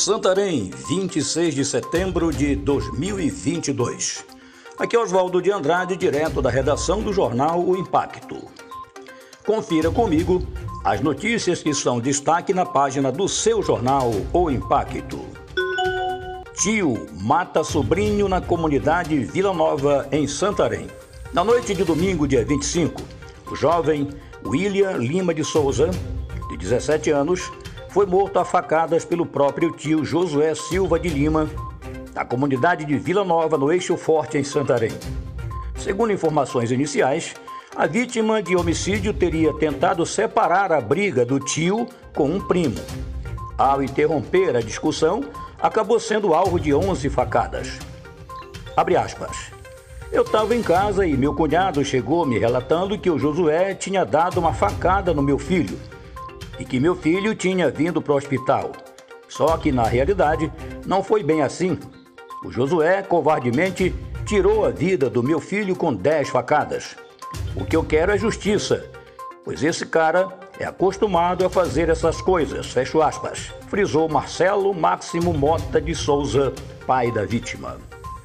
Santarém, 26 de setembro de 2022. Aqui é Oswaldo de Andrade, direto da redação do jornal O Impacto. Confira comigo as notícias que são destaque na página do seu jornal O Impacto. Tio mata sobrinho na comunidade Vila Nova, em Santarém. Na noite de domingo, dia 25, o jovem William Lima de Souza, de 17 anos, foi morto a facadas pelo próprio tio Josué Silva de Lima, da comunidade de Vila Nova, no Eixo Forte, em Santarém. Segundo informações iniciais, a vítima de homicídio teria tentado separar a briga do tio com um primo. Ao interromper a discussão, acabou sendo alvo de 11 facadas. Abre aspas. Eu estava em casa e meu cunhado chegou me relatando que o Josué tinha dado uma facada no meu filho e que meu filho tinha vindo para o hospital. Só que, na realidade, não foi bem assim. O Josué, covardemente, tirou a vida do meu filho com 10 facadas. O que eu quero é justiça, pois esse cara é acostumado a fazer essas coisas, fecho aspas, frisou Marcelo Máximo Mota de Souza, pai da vítima.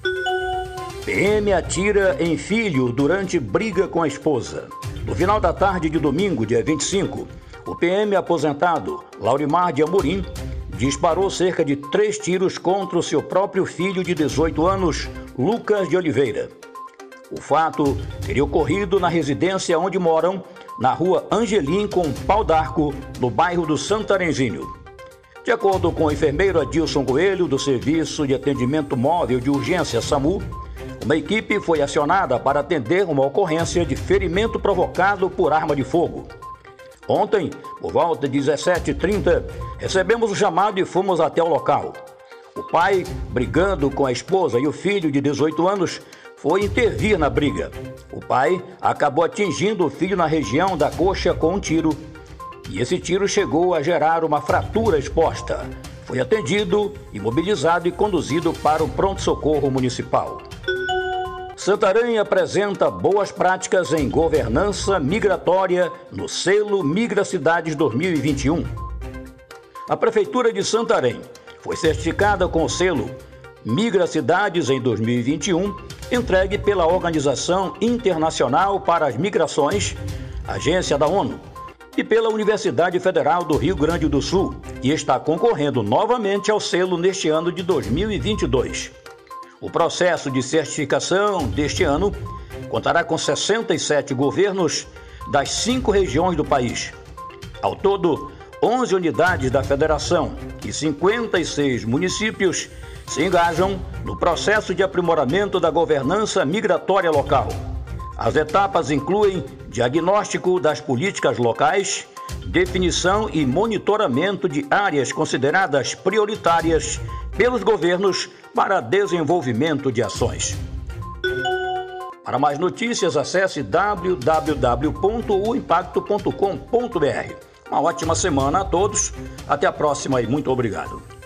PM atira em filho durante briga com a esposa. No final da tarde de domingo, dia 25, o PM aposentado, Laurimar de Amorim, disparou cerca de 3 tiros contra o seu próprio filho de 18 anos, Lucas de Oliveira. O fato teria ocorrido na residência onde moram, na rua Angelim com Pau d'Arco, no bairro do Santarenzinho. De acordo com o enfermeiro Adilson Coelho, do Serviço de Atendimento Móvel de Urgência SAMU, uma equipe foi acionada para atender uma ocorrência de ferimento provocado por arma de fogo. Ontem, por volta de 17h30, recebemos o chamado e fomos até o local. O pai, brigando com a esposa e o filho de 18 anos, foi intervir na briga. O pai acabou atingindo o filho na região da coxa com um tiro, e esse tiro chegou a gerar uma fratura exposta. Foi atendido, imobilizado e conduzido para o pronto-socorro municipal. Santarém apresenta boas práticas em governança migratória no selo Migracidades 2021. A Prefeitura de Santarém foi certificada com o selo Migracidades em 2021, entregue pela Organização Internacional para as Migrações, agência da ONU, e pela Universidade Federal do Rio Grande do Sul, e está concorrendo novamente ao selo neste ano de 2022. O processo de certificação deste ano contará com 67 governos das 5 regiões do país. Ao todo, 11 unidades da federação e 56 municípios se engajam no processo de aprimoramento da governança migratória local. As etapas incluem diagnóstico das políticas locais, definição e monitoramento de áreas consideradas prioritárias pelos governos para desenvolvimento de ações. Para mais notícias, acesse www.oimpacto.com.br. Uma ótima semana a todos, até a próxima e muito obrigado.